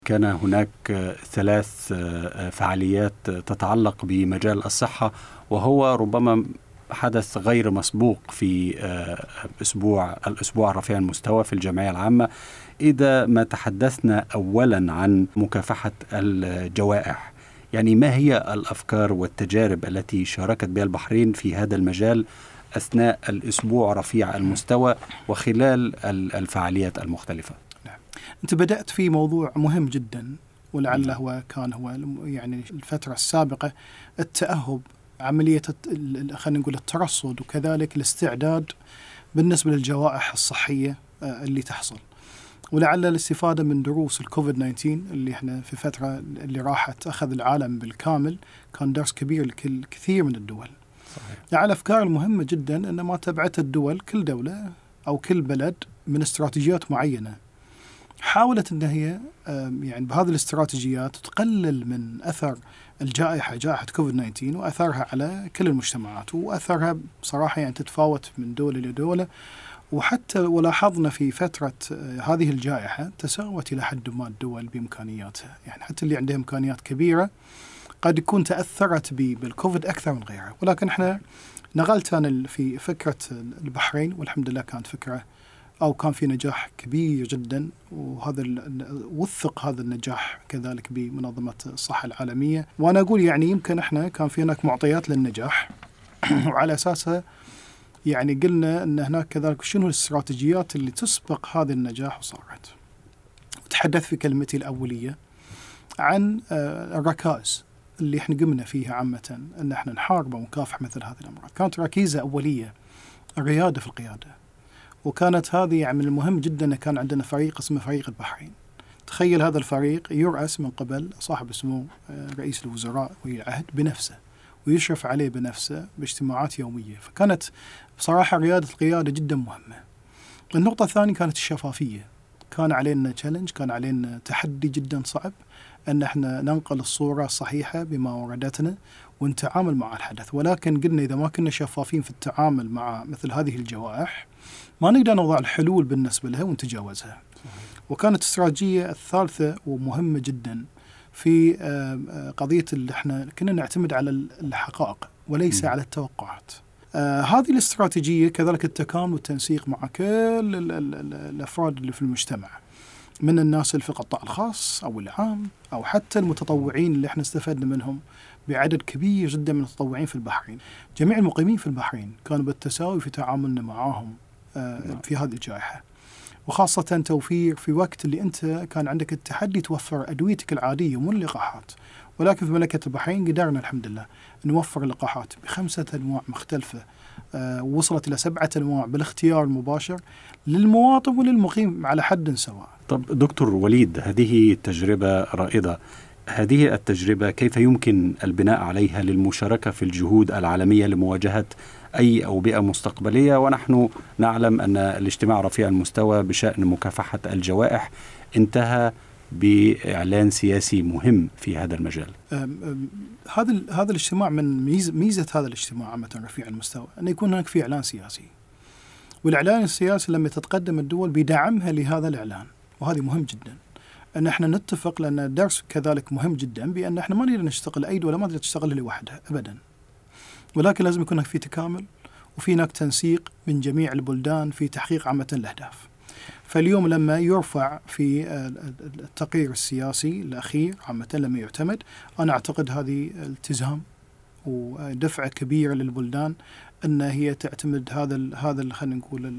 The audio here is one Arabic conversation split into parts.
كان هناك 3 فعاليات تتعلق بمجال الصحة، وهو ربما حدث غير مسبوق في الأسبوع رفيع المستوى في الجمعية العامة. إذا ما تحدثنا أولا عن مكافحة الجوائح، يعني ما هي الأفكار والتجارب التي شاركت بها البحرين في هذا المجال أثناء الأسبوع رفيع المستوى وخلال الفعاليات المختلفة؟ أنت بدأت في موضوع مهم جدا، ولعله هو يعني الفترة السابقة التأهب، عملية خلينا نقول الترصد، وكذلك الاستعداد بالنسبة للجوائح الصحية اللي تحصل. ولعل الاستفادة من دروس الكوفيد 19 اللي احنا في فترة اللي راحت أخذ العالم بالكامل كان درس كبير لكثير من الدول. صحيح. يعني الأفكار المهمة جدا أن ما تبعت الدول، كل دولة أو كل بلد من استراتيجيات معينة حاولت أن هي يعني بهذه الاستراتيجيات تقلل من أثر جائحة كوفيد 19 وأثرها على كل المجتمعات، وأثرها بصراحة يعني تتفاوت من دولة إلى دولة. وحتى ولاحظنا في فترة هذه الجائحة تساوت إلى حد ما الدول بإمكانياتها، يعني حتى اللي عندها إمكانيات كبيرة قد يكون تأثرت بالكوفيد أكثر من غيرها. ولكن إحنا نقلت أنا في فكرة البحرين، والحمد لله كانت فكرة أو كان في نجاح كبير جدا، وهذا وثق هذا النجاح كذلك بمنظمة الصحة العالمية. وأنا أقول يعني يمكن إحنا كان في هناك معطيات للنجاح وعلى أساسها يعني قلنا أن هناك كذلك شنو الاستراتيجيات اللي تسبق هذا النجاح وصارت. وتحدث في كلمتي الأولية عن الركائز اللي احنا قمنا فيها عامة أن احنا نحارب ونكافح مثل هذه الأمراض. كانت ركيزة أولية الريادة في القيادة، وكانت هذه يعني من المهم جدا أن كان عندنا فريق اسمه فريق البحرين. تخيل هذا الفريق يرأس من قبل صاحب السمو رئيس الوزراء ولي العهد بنفسه، ويشرف عليه بنفسه باجتماعات يومية. فكانت بصراحة ريادة القيادة جدا مهمة. النقطة الثانية كانت الشفافية. كان علينا تشالنج، كان علينا تحدي جدا صعب أن احنا ننقل الصورة الصحيحة بما وردتنا ونتعامل مع الحدث. ولكن قلنا إذا ما كنا شفافين في التعامل مع مثل هذه الجوائح ما نقدر نوضع الحلول بالنسبة لها ونتجاوزها. وكانت الاستراتيجية الثالثة ومهمة جدا في قضية اللي احنا كنا نعتمد على الحقائق وليس على التوقعات. هذه الاستراتيجية كذلك التكامل والتنسيق مع كل الأفراد اللي في المجتمع، من الناس اللي في القطاع الخاص أو العام أو حتى المتطوعين اللي احنا استفدنا منهم بعدد كبير جدا من المتطوعين في البحرين. جميع المقيمين في البحرين كانوا بالتساوي في تعاملنا معهم في هذه الجائحة، وخاصة توفير في وقت اللي أنت كان عندك التحدي توفر أدويتك العادية مو اللقاحات. ولكن في مملكة البحرين قدرنا الحمد لله نوفر اللقاحات ب5 أنواع مختلفة، وصلت إلى 7 أنواع بالاختيار المباشر للمواطن وللمقيم على حد سواء. طب دكتور وليد، هذه تجربة رائدة. هذه التجربة كيف يمكن البناء عليها للمشاركة في الجهود العالمية لمواجهة أي أوبئة مستقبلية؟ ونحن نعلم أن الاجتماع رفيع المستوى بشأن مكافحة الجوائح انتهى بإعلان سياسي مهم في هذا المجال. هذا الاجتماع من ميزة هذا الاجتماع عامة رفيع المستوى أن يكون هناك في إعلان سياسي، والإعلان السياسي لما تتقدم الدول بدعمها لهذا الإعلان، وهذه مهم جدا أن احنا نتفق، لأن الدرس كذلك مهم جدا بأن احنا ما نقدر نشتغل أي دولة ما تقدر تشتغل لوحدها أبدا، ولكن لازم يكون في تكامل وفي هناك تنسيق من جميع البلدان في تحقيق عامة الأهداف. فاليوم لما يرفع في التقرير السياسي الأخير عامة لما يعتمد، أنا أعتقد هذه التزام ودفعة كبيرة للبلدان أن هي تعتمد هذا خلينا نقول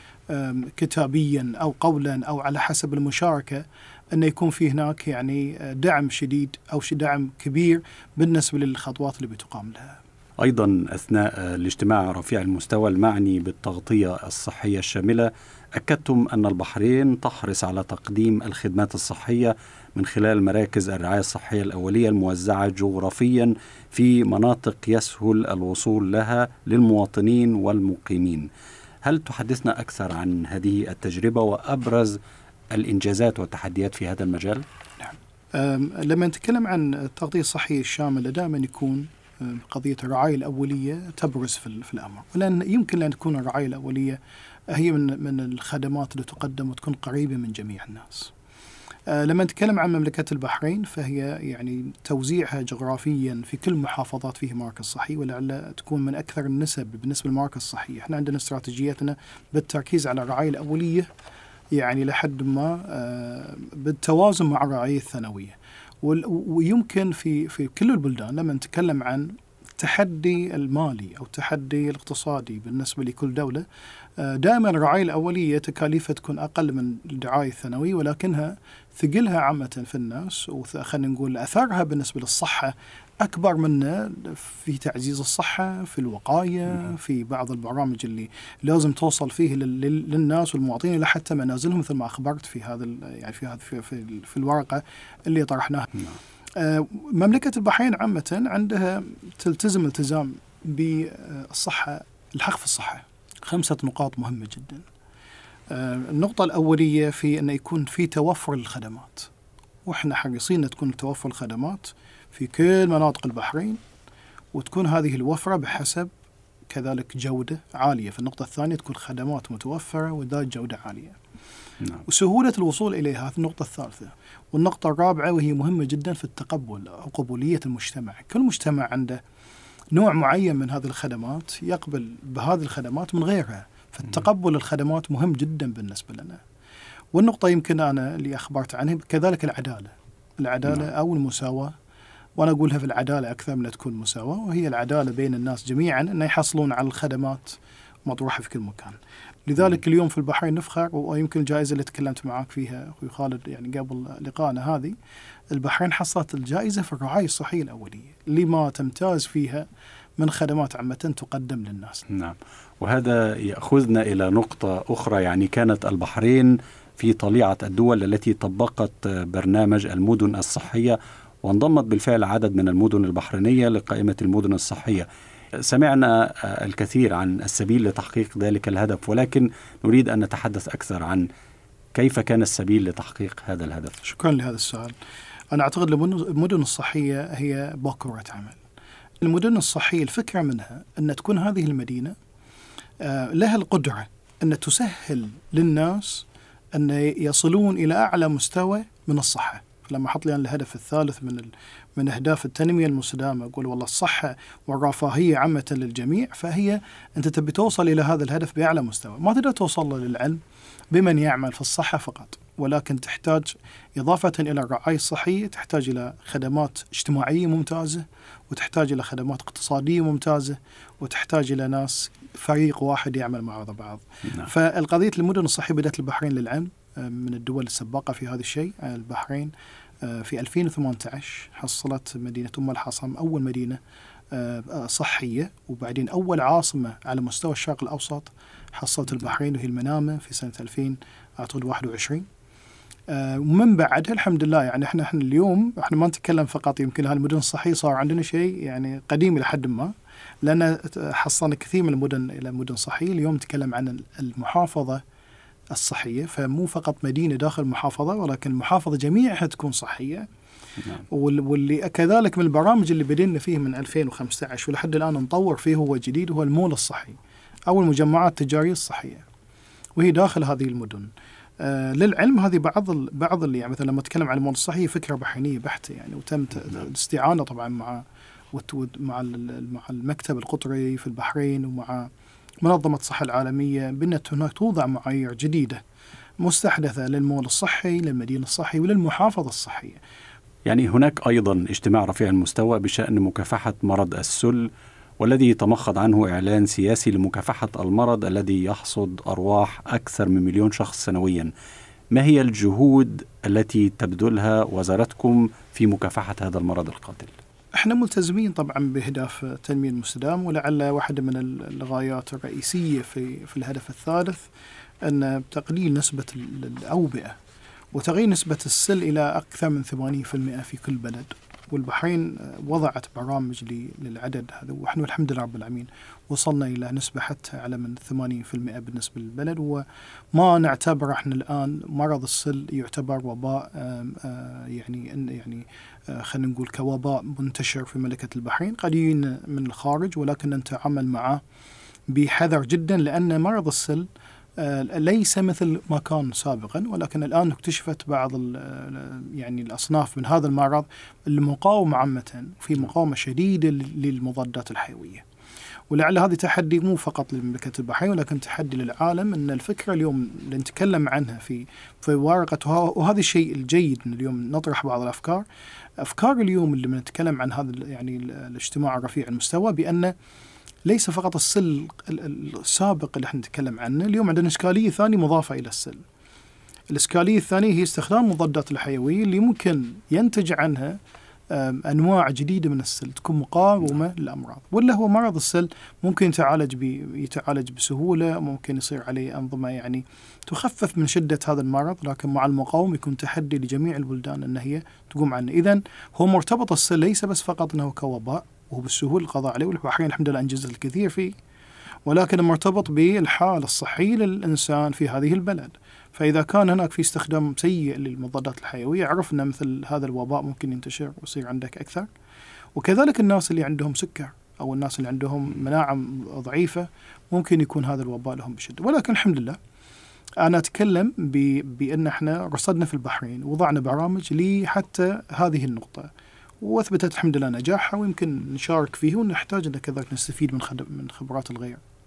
كتابيا أو قولا أو على حسب المشاركة، أن يكون في هناك يعني دعم شديد أو دعم كبير بالنسبة للخطوات اللي بتقام لها. أيضا أثناء الاجتماع رفيع المستوى المعني بالتغطية الصحية الشاملة، أكدتم أن البحرين تحرص على تقديم الخدمات الصحية من خلال مراكز الرعاية الصحية الأولية الموزعة جغرافيا في مناطق يسهل الوصول لها للمواطنين والمقيمين. هل تحدثنا أكثر عن هذه التجربة وأبرز الإنجازات والتحديات في هذا المجال؟ نعم. لما نتكلم عن التغطية الصحية الشاملة دائما يكون قضية الرعاية الأولية تبرز في الأمر، ولأن يمكن أن تكون الرعاية الأولية هي من الخدمات اللي تقدم وتكون قريبة من جميع الناس. لما نتكلم عن مملكة البحرين فهي يعني توزيعها جغرافيا في كل محافظات فيه مراكز صحية، ولعل تكون من أكثر النسب بالنسبة للمراكز الصحية. احنا عندنا استراتيجيتنا بالتركيز على الرعاية الأولية يعني لحد ما بالتوازن مع الرعاية الثانوية. ويمكن في كل البلدان لما نتكلم عن التحدي المالي أو التحدي الاقتصادي بالنسبة لكل دولة، دائما الرعاية الأولية تكاليفها تكون أقل من الرعاية الثانوية، ولكنها ثقلها عامة في الناس، وخلينا نقول أثرها بالنسبة للصحة أكبر منه في تعزيز الصحة، في الوقاية، في بعض البرامج اللي لازم توصل فيه للناس والمواطنين إلى حتى منازلهم، مثل ما أخبرت في هذا يعني في الورقة اللي طرحناها. مملكة البحرين عامة عندها تلتزم التزام بالصحة، الحق في الصحة 5 نقاط مهمة جدا. النقطة الأولية في أن يكون في توفر الخدمات، وإحنا حريصين أن تكون توفر الخدمات في كل مناطق البحرين، وتكون هذه الوفرة بحسب كذلك جودة عالية. في النقطة الثانية تكون خدمات متوفرة وذات جودة عالية. نعم. وسهولة الوصول إليها، هذه النقطة الثالثة. والنقطة الرابعة وهي مهمة جدا في التقبل أو قبولية المجتمع. كل مجتمع عنده نوع معين من هذه الخدمات يقبل بهذه الخدمات من غيرها، فالتقبل الخدمات مهم جدا بالنسبة لنا. والنقطة يمكن أنا اللي أخبرت عنها كذلك العدالة أو المساواة، وأنا أقولها في العدالة أكثر من تكون مساواة، وهي العدالة بين الناس جميعا أن يحصلون على الخدمات مطروحة في كل مكان. لذلك اليوم في البحرين نفخر، ويمكن الجائزة اللي تكلمت معك فيها أخوي خالد يعني قبل لقائنا هذه، البحرين حصلت الجائزة في الرعاية الصحية الأولية لما تمتاز فيها من خدمات عامة تقدم للناس. نعم، وهذا يأخذنا إلى نقطة أخرى. يعني كانت البحرين في طليعة الدول التي طبقت برنامج المدن الصحية، وانضمت بالفعل عدد من المدن البحرينية لقائمة المدن الصحية. سمعنا الكثير عن السبيل لتحقيق ذلك الهدف، ولكن نريد أن نتحدث أكثر عن كيف كان السبيل لتحقيق هذا الهدف. شكرا لهذا السؤال. أنا أعتقد المدن الصحية هي باكورة عمل. المدن الصحية الفكرة منها أن تكون هذه المدينة لها القدرة أن تسهل للناس أن يصلون إلى أعلى مستوى من الصحة. لما أحط لي الهدف الثالث من أهداف التنمية المستدامة، أقول والله الصحة والرفاهية عامة للجميع، فهي أنت تبي توصل إلى هذا الهدف بأعلى مستوى. ما تقدر توصل للعلم بمن يعمل في الصحة فقط، ولكن تحتاج إضافة إلى الرعاية الصحية تحتاج إلى خدمات اجتماعية ممتازة، وتحتاج إلى خدمات اقتصادية ممتازة، وتحتاج إلى ناس فريق واحد يعمل مع بعض. نعم. فالقضية المدن الصحية بدأت البحرين للعلم من الدول السباقة في هذا الشيء. البحرين في 2018 حصلت مدينة أم الحصم أول مدينة صحية، وبعدين أول عاصمة على مستوى الشرق الأوسط حصلت البحرين وهي المنامة في سنة 2021. ومن بعدها الحمد لله يعني احنا اليوم احنا ما نتكلم فقط يمكن هالمدن الصحية، صار عندنا شيء يعني قديم إلى حد ما، لأن حصلنا كثير من المدن إلى مدن صحية. اليوم نتكلم عن المحافظة الصحية، فمو فقط مدينة داخل محافظة، ولكن المحافظة جميعها تكون صحية. نعم. واللي كذلك من البرامج اللي بدينا فيه من 2015 ولحد الآن نطور فيه هو جديد، هو المول الصحي أو المجمعات التجارية الصحية، وهي داخل هذه المدن. للعلم هذه بعض اللي يعني مثلا لما أتكلم عن المول الصحي فكرة بحرينية بحتة يعني، وتم الاستعانة طبعا مع المكتب القطري في البحرين ومع منظمة الصحة العالمية، بأن هناك توضع معايير جديدة مستحدثة للمول الصحي، للمدينة الصحي، وللمحافظة الصحية. يعني هناك أيضا اجتماع رفيع المستوى بشأن مكافحة مرض السل، والذي تمخض عنه إعلان سياسي لمكافحة المرض الذي يحصد أرواح أكثر من 1,000,000 شخص سنويا. ما هي الجهود التي تبذلها وزارتكم في مكافحة هذا المرض القاتل؟ احنا ملتزمين طبعا بأهداف التنمية المستدامة، ولعل واحدة من الغايات الرئيسية في الهدف الثالث أن تقليل نسبة الأوبئة وتغيير نسبة السل إلى أكثر من 80% في كل بلد. والبحرين وضعت برامج للعدد هذا، ونحن الحمد لله رب العالمين وصلنا إلى نسبة حتى على من 80% بالنسبة للبلد. وما نعتبر احنا الآن مرض السل يعتبر وباء يعني خلينا نقول كوباء منتشر في مملكة البحرين، قد يجينا من الخارج ولكن نتعامل معه بحذر جدا، لأن مرض السل ليس مثل ما كان سابقا، ولكن الآن اكتشفت بعض يعني الأصناف من هذا المرض المقاومة عامة، في مقاومة شديدة للمضادات الحيوية. ولعل هذه تحدي مو فقط لمملكة البحرين، ولكن تحدي للعالم. أن الفكرة اليوم اللي نتكلم عنها في ورقة، وهذا الشيء الجيد أن اليوم نطرح بعض الأفكار. أفكار اليوم اللي بنتكلم عن هذا يعني الاجتماع الرفيع المستوى، بأن ليس فقط السل السابق اللي احنا نتكلم عنه، اليوم عندنا إشكالية ثانية مضافة إلى السل. الإشكالية الثانية هي استخدام المضادات الحيوية اللي ممكن ينتج عنها أنواع جديدة من السل تكون مقاومة للأمراض. ولا هو مرض السل ممكن يتعالج بسهولة، ممكن يصير عليه أنظمة يعني تخفف من شدة هذا المرض، لكن مع المقاومة يكون تحدي لجميع البلدان أن هي تقوم عنه. إذن هو مرتبط السل ليس بس فقط أنه كوباء وهو بالسهولة القضاء عليه، والبحرين الحمد لله أنجزت الكثير فيه، ولكن مرتبط بالحالة الصحية للإنسان في هذه البلد. فإذا كان هناك في استخدام سيء للمضادات الحيوية، عرفنا مثل هذا الوباء ممكن ينتشر ويصير عندك أكثر. وكذلك الناس اللي عندهم سكر أو الناس اللي عندهم مناعة ضعيفة ممكن يكون هذا الوباء لهم بشدة. ولكن الحمد لله أنا أتكلم بأن احنا رصدنا في البحرين وضعنا برامج لحتى هذه النقطة، وأثبتت الحمد لله نجاحها، ويمكن نشارك فيه ونحتاج أن كذلك نستفيد من خبرات الغير.